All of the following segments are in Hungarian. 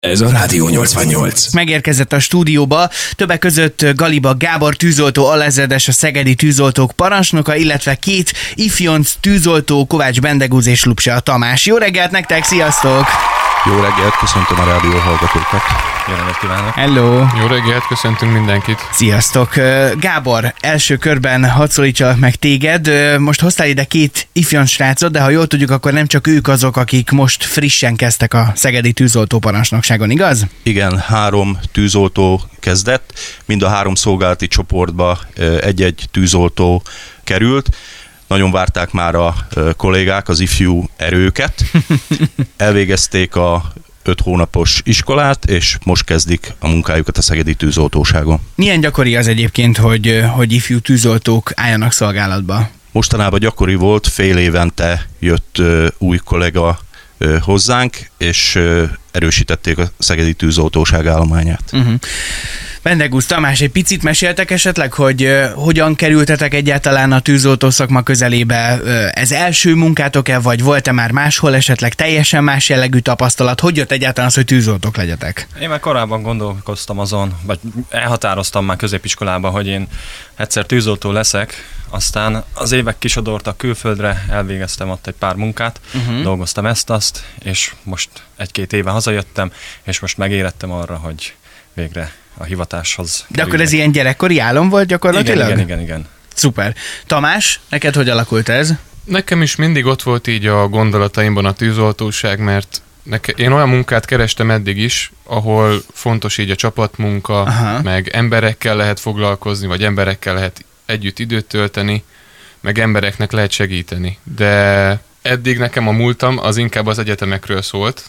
Ez a Rádió 88. Megérkezett a stúdióba, többek között Galiba Gábor tűzoltó alezredes, a szegedi tűzoltók parancsnoka, illetve két ifjonc tűzoltó, Kovács Bendegúz és Lupse a Tamás. Jó reggelt nektek, sziasztok! Jó reggelt, köszöntöm a rádió hallgatókat. Jó reggelt kívánok! Hello! Jó reggelt, köszöntünk mindenkit! Sziasztok! Gábor, első körben hadd szólítsalak meg téged. Most hoztál ide két ifjonc srácot, de ha jól tudjuk, akkor nem csak ők azok, akik most frissen kezdtek a szegedi tűzoltó parancsnokságon, igaz? Igen, 3 tűzoltó kezdett, mind a 3 szolgálati csoportba egy-egy tűzoltó került. Nagyon várták már a kollégák az ifjú erőket. Elvégezték a 5 hónapos iskolát, és most kezdik a munkájukat a szegedi tűzoltóságon. Milyen gyakori az egyébként, hogy ifjú tűzoltók álljanak szolgálatba? Mostanában gyakori volt, fél évente jött új kollega hozzánk, és erősítették a szegedi tűzoltóság állományát. Bendegúz, Tamás, egy picit meséltek esetleg, hogy hogyan kerültetek egyáltalán a tűzoltó szakma közelébe? Ez első munkátok-e, vagy volt-e már máshol esetleg teljesen más jellegű tapasztalat? Hogy jött egyáltalán az, hogy tűzoltók legyetek? Én már korábban gondolkoztam azon, vagy elhatároztam már középiskolában, hogy én egyszer tűzoltó leszek, aztán az évek kisodortak külföldre, elvégeztem ott egy pár munkát, dolgoztam ezt-azt, és most 1-2 éve hazajöttem, és most megérettem arra, hogy végre a hivatáshoz. De akkor ez ilyen gyerekkori álom volt gyakorlatilag? Igen. Szuper. Tamás, neked hogy alakult ez? Nekem is mindig ott volt így a gondolataimban a tűzoltóság, mert én olyan munkát kerestem eddig is, ahol fontos így a csapatmunka, meg emberekkel lehet foglalkozni, vagy emberekkel lehet együtt időt tölteni, meg embereknek lehet segíteni. De eddig nekem a múltam az inkább az egyetemekről szólt.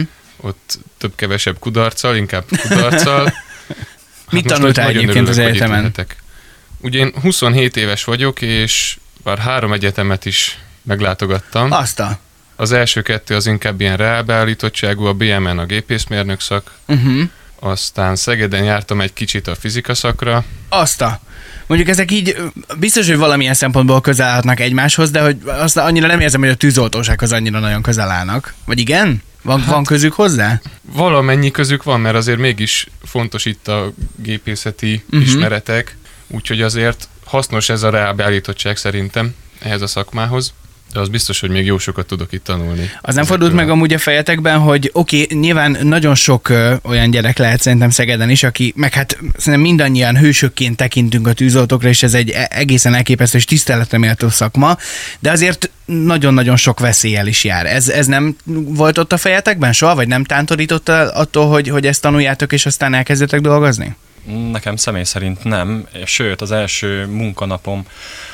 Ott több-kevesebb kudarccal, inkább kudarccal. Mit tanultál egyébként az egyetemen? Ugye én 27 éves vagyok, és már 3 egyetemet is meglátogattam. Az első 2 az inkább ilyen reálbeállítottságú, a BMN a gépészmérnök szak. Aztán Szegeden jártam egy kicsit a fizika szakra. Mondjuk ezek így biztos, hogy valamilyen szempontból közel állhatnak egymáshoz, de hogy azt annyira nem érzem, hogy a tűzoltósághoz annyira nagyon közel állnak. Vagy igen? Van közük hozzá? Valamennyi közük van, mert azért mégis fontos itt a gépészeti ismeretek, úgyhogy azért hasznos ez a reálbeállítottság szerintem ehhez a szakmához. De az biztos, hogy még jó sokat tudok itt tanulni. Az nem fordult meg amúgy a fejetekben, hogy oké, nyilván nagyon sok olyan gyerek lehet szerintem Szegeden is, aki, meg hát szerintem mindannyian hősökként tekintünk a tűzoltókra, és ez egy egészen elképesztő és tiszteletre méltó szakma, de azért nagyon-nagyon sok veszéllyel is jár. Ez nem volt ott a fejetekben soha, vagy nem tántorított attól, hogy ezt tanuljátok, és aztán elkezdetek dolgozni? Nekem személy szerint nem, sőt az első munkanapom,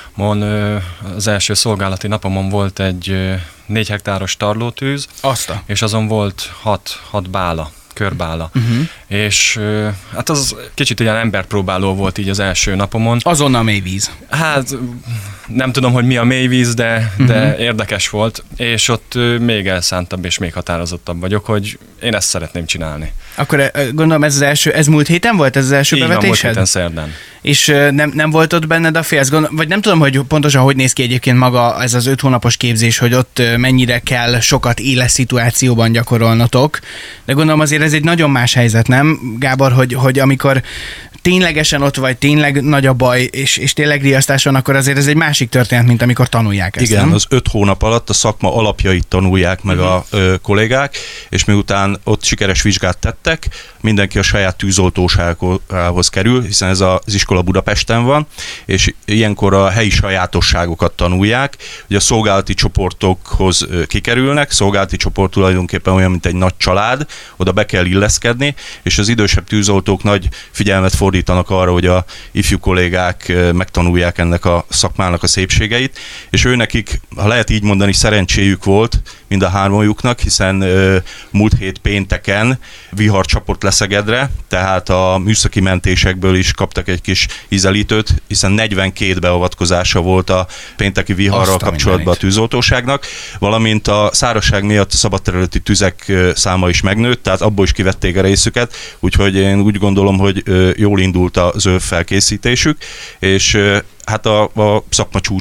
az első szolgálati napomon volt egy 4 hektáros tarlótűz, és azon volt 6 bála, körbála. És hát az kicsit ilyen emberpróbáló volt így az első napomon. Azonnal mélyvíz. Hát nem tudom, hogy mi a mélyvíz, de érdekes volt, és ott még elszántabb és még határozottabb vagyok, hogy én ezt szeretném csinálni. Akkor gondolom ez múlt héten volt ez az első bevetésed? Múlt héten szerdán. És nem volt ott benned a félsz? Vagy nem tudom, hogy pontosan hogy néz ki egyébként maga ez az 5 hónapos képzés, hogy ott mennyire kell sokat éles szituációban gyakorolnotok, de gondolom azért ez egy nagyon más helyzet, nem, Gábor, hogy amikor ténylegesen ott vagy, tényleg nagy a baj, és tényleg riasztás van, akkor azért ez egy másik történet, mint amikor tanulják ezt. Igen, nem? Az 5 hónap alatt a szakma alapjait tanulják meg a kollégák, és miután ott sikeres vizsgát tettek, mindenki a saját tűzoltósághoz kerül, hiszen ez az iskola Budapesten van, és ilyenkor a helyi sajátosságokat tanulják, hogy a szolgálati csoportokhoz kikerülnek, szolgálati csoport tulajdonképpen olyan, mint egy nagy család, oda be kell illeszkedni, és az idősebb tűzoltók nagy figyelmet fordítanak arra, hogy a ifjú kollégák megtanulják ennek a szakmának a szépségeit, és őnekik, ha lehet így mondani, szerencséjük volt mind a 3-juknak, hiszen múlt hét pénteken vihar csapott le Szegedre, tehát a műszaki mentésekből is kaptak egy kis ízelítőt, hiszen 42 beavatkozása volt a pénteki viharral kapcsolatban a tűzoltóságnak, valamint a szárazság miatt a szabadterületi tüzek száma is megnőtt, tehát abból is kivették a részüket, úgyhogy én úgy gondolom, hogy jól indult az ő felkészítésük, és hát a szakma csúcsát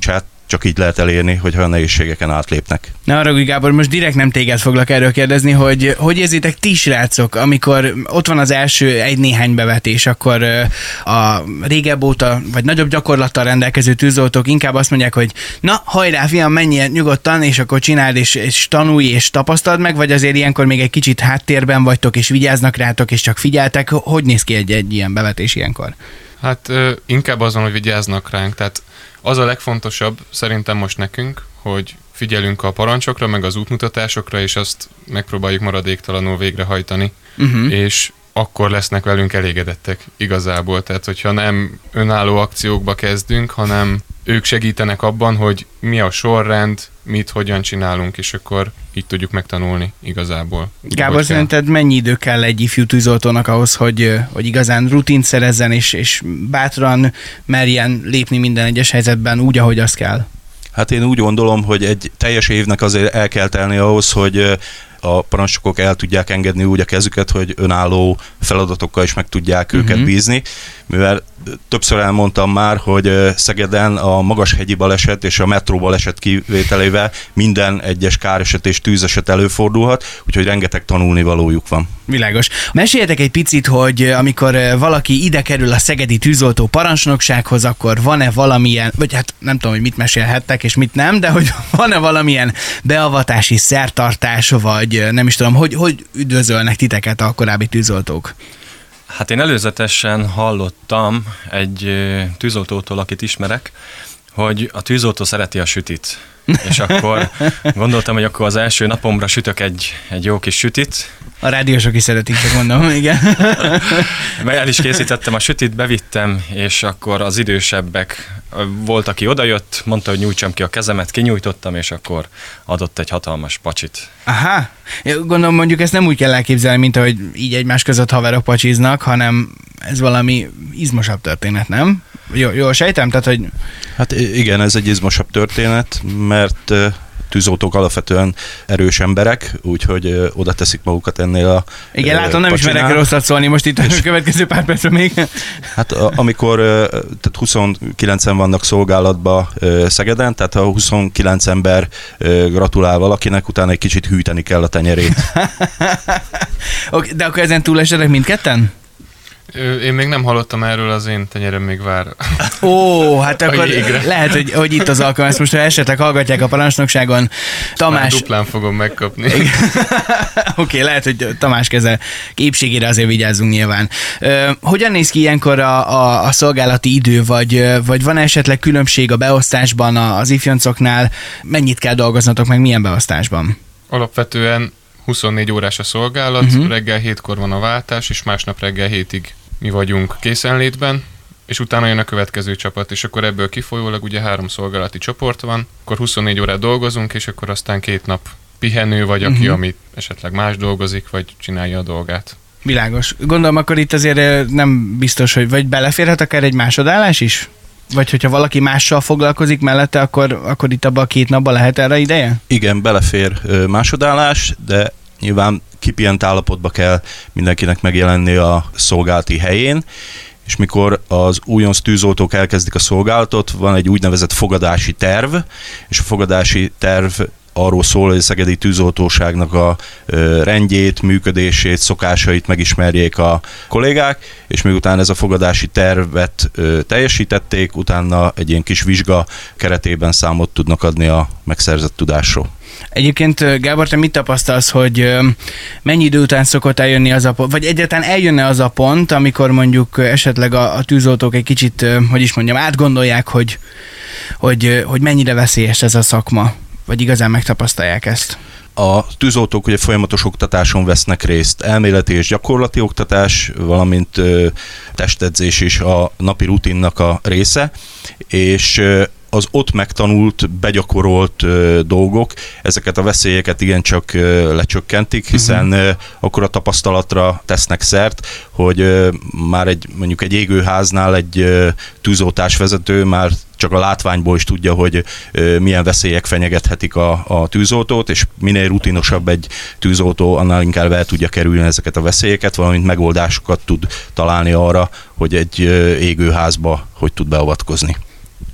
csak így lehet elérni, hogyha a nehézségeken átlépnek. Na arra, Gábor, most direkt nem téged foglak erről kérdezni, hogy érzitek ti, srácok, amikor ott van az első egy-néhány bevetés, akkor a régebb óta, vagy nagyobb gyakorlattal rendelkező tűzoltók inkább azt mondják, hogy na, hajrá, fiam, menjél nyugodtan, és akkor csináld, és tanulj, és tapasztald meg, vagy azért ilyenkor még egy kicsit háttérben vagytok, és vigyáznak rátok, és csak figyeltek. Hogy néz ki egy ilyen bevetés ilyenkor? Hát inkább azon, hogy vigyáznak ránk. Tehát az a legfontosabb szerintem most nekünk, hogy figyelünk a parancsokra, meg az útmutatásokra, és azt megpróbáljuk maradéktalanul végrehajtani, és akkor lesznek velünk elégedettek igazából. Tehát, hogyha nem önálló akciókba kezdünk, hanem ők segítenek abban, hogy mi a sorrend, mit, hogyan csinálunk, és akkor így tudjuk megtanulni igazából. Gábor, szerinted mennyi idő kell egy ifjú tűzoltónak ahhoz, hogy igazán rutint szerezzen, és bátran merjen lépni minden egyes helyzetben úgy, ahogy az kell? Hát én úgy gondolom, hogy egy teljes évnek azért el kell telni ahhoz, hogy a parancsnokok el tudják engedni úgy a kezüket, hogy önálló feladatokkal is meg tudják őket bízni, mivel többször elmondtam már, hogy Szegeden a Magashegyi baleset és a metró baleset kivételével minden egyes káreset és tűzeset előfordulhat, úgyhogy rengeteg tanulnivalójuk van. Világos. Meséljetek egy picit, hogy amikor valaki ide kerül a szegedi tűzoltó parancsnoksághoz, akkor van-e valamilyen, vagy hát nem tudom, hogy mit mesélhettek és mit nem, de hogy van-e valamilyen beavatási szertartás, vagy nem is tudom, hogy üdvözölnek titeket a korábbi tűzoltók? Hát én előzetesen hallottam egy tűzoltótól, akit ismerek, hogy a tűzoltó szereti a sütit. És akkor gondoltam, hogy akkor az első napomra sütök egy jó kis sütit. A rádiósok is szeretik, csak mondom, igen. El is készítettem a sütit, bevittem, és akkor az idősebbek volt, aki odajött, mondta, hogy nyújtsam ki a kezemet, kinyújtottam, és akkor adott egy hatalmas pacsit. Aha. Gondolom, mondjuk ezt nem úgy kell elképzelni, mint ahogy így egymás között haverok pacsiznak, hanem ez valami izmosabb történet, nem? Jól sejtem? Tehát, hogy... Hát igen, ez egy izmosabb történet, mert tűzoltók alapvetően erős emberek, úgyhogy oda teszik magukat ennél a igen, látom, nem pacsinál. is merek rosszat szólni most itt a következő pár percre még. Hát amikor tehát 29-en vannak szolgálatban Szegeden, tehát ha 29 ember gratulál valakinek, utána egy kicsit hűteni kell a tenyerét. Okay, de akkor ezen túl esetleg mindketten? Én még nem hallottam erről, az én tenyerem még vár. Ó, hát akkor lehet, hogy itt az alkalom, ezt most ha esetleg hallgatják a parancsnokságon. Tamás... Már duplán fogom megkapni. Oké, lehet, hogy Tamás keze épségére azért vigyázzunk nyilván. Hogyan néz ki ilyenkor a szolgálati idő, vagy van esetleg különbség a beosztásban az ifjoncoknál? Mennyit kell dolgoznatok, meg milyen beosztásban? Alapvetően 24 órás a szolgálat, reggel 7-kor van a váltás, és másnap reggel 7-ig mi vagyunk készenlétben, és utána jön a következő csapat, és akkor ebből kifolyólag ugye 3 szolgálati csoport van, akkor 24 órát dolgozunk, és akkor aztán 2 nap pihenő, vagy aki, ami esetleg más dolgozik, vagy csinálja a dolgát. Világos. Gondolom, akkor itt azért nem biztos, hogy vagy beleférhet akár egy másodállás is? Vagy hogyha valaki mással foglalkozik mellette, akkor itt abban a 2 napban lehet erre ideje? Igen, belefér másodállás, de nyilván kipihent állapotba kell mindenkinek megjelenni a szolgálati helyén, és mikor az újonc tűzoltók elkezdik a szolgálatot, van egy úgynevezett fogadási terv, és a fogadási terv arról szól, hogy a szegedi tűzoltóságnak a rendjét, működését, szokásait megismerjék a kollégák, és miután ez a fogadási tervet teljesítették, utána egy ilyen kis vizsga keretében számot tudnak adni a megszerzett tudásról. Egyébként, Gábor, te mit tapasztalsz, hogy mennyi idő után szokott eljönni az a pont, vagy egyáltalán eljönne az a pont, amikor mondjuk esetleg a tűzoltók egy kicsit, átgondolják, hogy mennyire veszélyes ez a szakma, vagy igazán megtapasztalják ezt? A tűzoltók ugye folyamatos oktatáson vesznek részt, elméleti és gyakorlati oktatás, valamint testedzés is a napi rutinnak a része, és az ott megtanult, begyakorolt dolgok, ezeket a veszélyeket igencsak lecsökkentik, hiszen akkor a tapasztalatra tesznek szert, hogy már mondjuk egy égőháznál egy tűzoltásvezető már csak a látványból is tudja, hogy milyen veszélyek fenyegethetik a tűzoltót, és minél rutinosabb egy tűzoltó, annál inkább el tudja kerülni ezeket a veszélyeket, valamint megoldásokat tud találni arra, hogy egy égőházba hogy tud beavatkozni.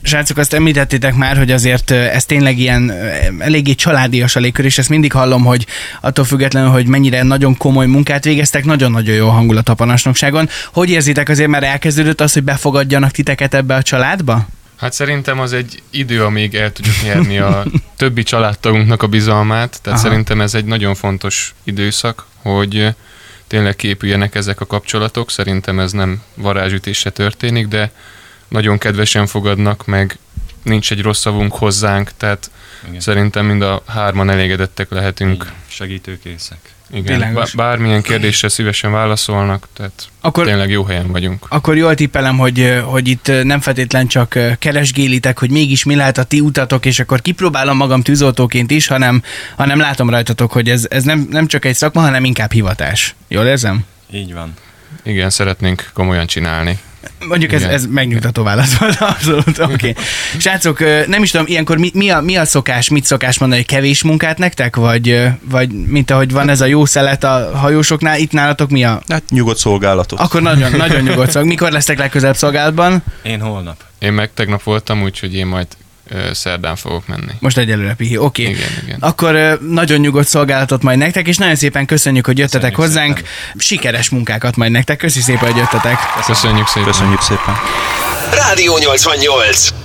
Srácok, azt említettétek már, hogy azért ez tényleg ilyen eléggé családias a légkör, és ezt mindig hallom, hogy attól függetlenül, hogy mennyire nagyon komoly munkát végeztek, nagyon-nagyon jó hangulat a parancsnokságon. Hogy érzitek, azért már elkezdődött az, hogy befogadjanak titeket ebbe a családba? Hát szerintem az egy idő, amíg el tudjuk nyerni a többi családtagunknak a bizalmát, tehát szerintem ez egy nagyon fontos időszak, hogy tényleg képüljenek ezek a kapcsolatok. Szerintem ez nem varázsütésre történik, de nagyon kedvesen fogadnak, meg nincs egy rossz szavunk hozzánk, tehát szerintem mind a hárman elégedettek lehetünk. Igen, segítőkészek. Igen, bármilyen kérdésre szívesen válaszolnak, tehát akkor tényleg jó helyen vagyunk. Akkor jól tippelem, hogy itt nem feltétlen csak keresgélitek, hogy mégis mi lehet a ti utatok, és akkor kipróbálom magam tűzoltóként is, hanem látom rajtatok, hogy ez nem csak egy szakma, hanem inkább hivatás. Jól érzem? Így van. Igen, szeretnénk komolyan csinálni. Mondjuk ez megnyugtató válasz volt, abszolút, oké. Okay. Srácok, nem is tudom, ilyenkor mi a szokás, mit szokás mondani, hogy kevés munkát nektek, vagy mint ahogy van ez a jó szelet a hajósoknál, itt nálatok mi a... Hát nyugodt szolgálatot. Akkor nagyon nyugodt szolgálat. Mikor lesztek legközelebb szolgálatban? Én holnap. Én meg tegnap voltam, úgyhogy én majd szerdán fogok menni. Most egyelőre, Pihi, oké. Okay. Igen. Akkor nagyon nyugodt szolgálatot majd nektek, és nagyon szépen köszönjük, hogy jöttetek hozzánk. Szépen. Sikeres munkákat majd nektek. Köszi szépen, hogy jöttetek. Köszönjük szépen. Köszönjük szépen. Rádió 88.